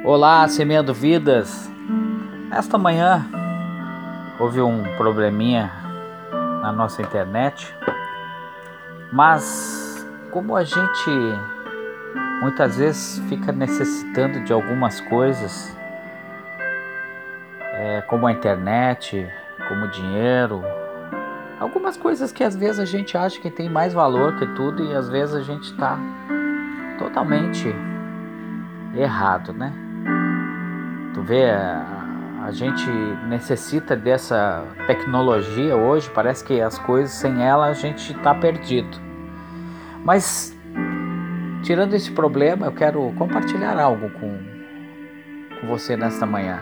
Olá, semeando vidas. Esta manhã houve um probleminha na nossa internet, mas como a gente muitas vezes fica necessitando de algumas coisas, como a internet, como dinheiro, algumas coisas que às vezes a gente acha que tem mais valor que tudo e às vezes a gente está totalmente errado, né? Tu vê, a gente necessita dessa tecnologia hoje, parece que as coisas sem ela a gente está perdido. Mas, tirando esse problema, eu quero compartilhar algo com você nesta manhã.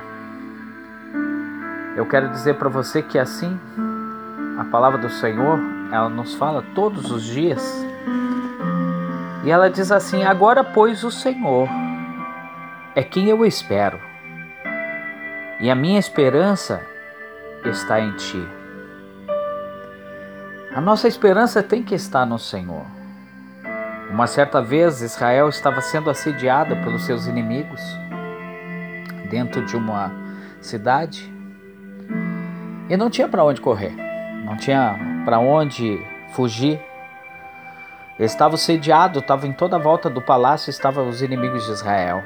Eu quero dizer para você que assim, a palavra do Senhor, ela nos fala todos os dias. E ela diz assim: agora, pois, o Senhor é quem eu espero. E a minha esperança está em ti. A nossa esperança tem que estar no Senhor. Uma certa vez Israel estava sendo assediada pelos seus inimigos dentro de uma cidade e não tinha para onde correr, não tinha para onde fugir. Estava sediado, estava em toda a volta do palácio, estavam os inimigos de Israel.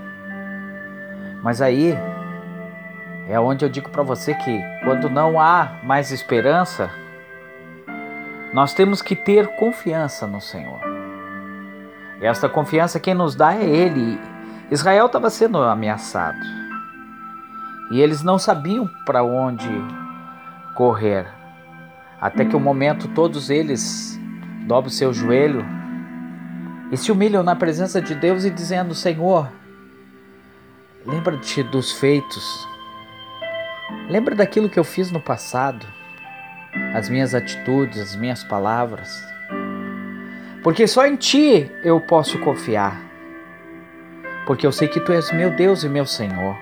Mas aí é onde eu digo para você que quando não há mais esperança, nós temos que ter confiança no Senhor. E esta confiança quem nos dá é Ele. Israel estava sendo ameaçado. E eles não sabiam para onde correr. Até que um momento todos eles dobram seu joelho e se humilham na presença de Deus e dizendo: Senhor, lembra-te dos feitos. Lembra daquilo que eu fiz no passado. As minhas atitudes, as minhas palavras. Porque só em Ti eu posso confiar. Porque eu sei que Tu és meu Deus e meu Senhor.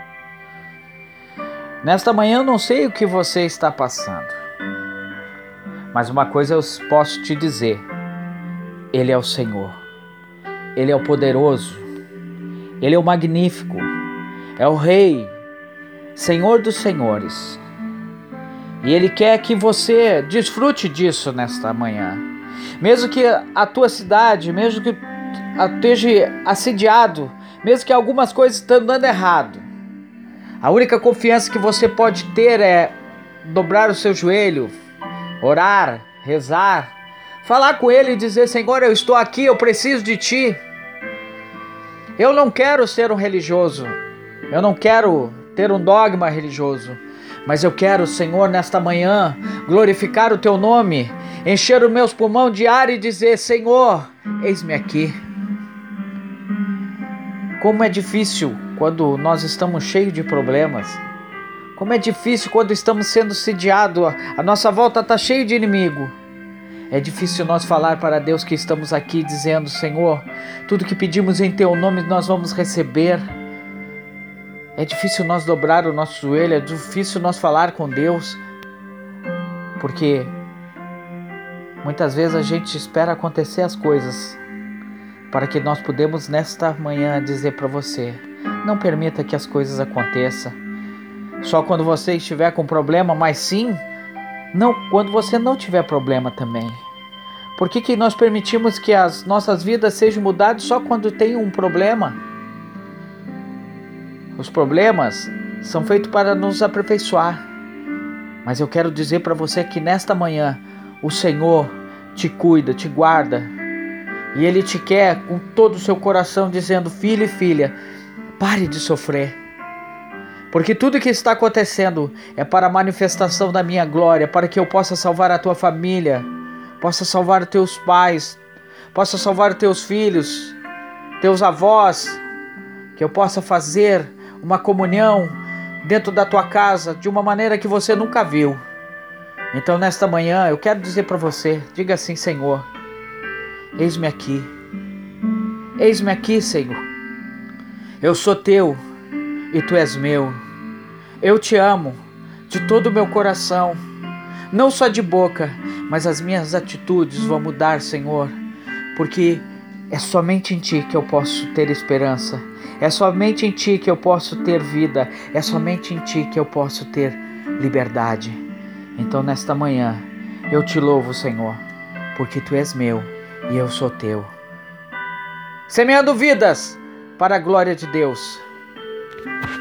Nesta manhã eu não sei o que você está passando. Mas uma coisa eu posso te dizer. Ele é o Senhor. Ele é o poderoso. Ele é o magnífico. É o Rei. Senhor dos senhores. E Ele quer que você desfrute disso nesta manhã. Mesmo que a tua cidade, mesmo que esteja assediado, mesmo que algumas coisas estão dando errado, a única confiança que você pode ter é dobrar o seu joelho, orar, rezar, falar com Ele e dizer: Senhor, eu estou aqui, eu preciso de Ti. Eu não quero ser um religioso, eu não quero ter um dogma religioso, mas eu quero, Senhor, nesta manhã, glorificar o Teu nome, encher os meus pulmões de ar e dizer: Senhor, eis-me aqui. Como é difícil quando nós estamos cheios de problemas. Como é difícil quando estamos sendo sediados, a nossa volta está cheia de inimigo. É difícil nós falar para Deus que estamos aqui dizendo: Senhor, tudo que pedimos em Teu nome nós vamos receber. É difícil nós dobrar o nosso joelho, é difícil nós falar com Deus, porque muitas vezes a gente espera acontecer as coisas para que nós podemos nesta manhã dizer para você: não permita que as coisas aconteçam só quando você estiver com problema, mas sim não quando você não tiver problema também. Por que nós permitimos que as nossas vidas sejam mudadas só quando tem um problema? Os problemas são feitos para nos aperfeiçoar. Mas eu quero dizer para você que nesta manhã o Senhor te cuida, te guarda. E Ele te quer com todo o seu coração dizendo: filho e filha, pare de sofrer. Porque tudo que está acontecendo é para a manifestação da minha glória, para que eu possa salvar a tua família, possa salvar os teus pais, possa salvar os teus filhos, teus avós, que eu possa fazer uma comunhão dentro da tua casa de uma maneira que você nunca viu. Então nesta manhã eu quero dizer para você: diga assim: Senhor, eis-me aqui. Eis-me aqui, Senhor. Eu sou teu e tu és meu. Eu te amo de todo o meu coração. Não só de boca, mas as minhas atitudes vão mudar, Senhor. Porque É somente em Ti que eu posso ter esperança. É somente em Ti que eu posso ter vida. É somente em Ti que eu posso ter liberdade. Então nesta manhã eu Te louvo, Senhor, porque Tu és meu e eu sou Teu. Semeando vidas para a glória de Deus.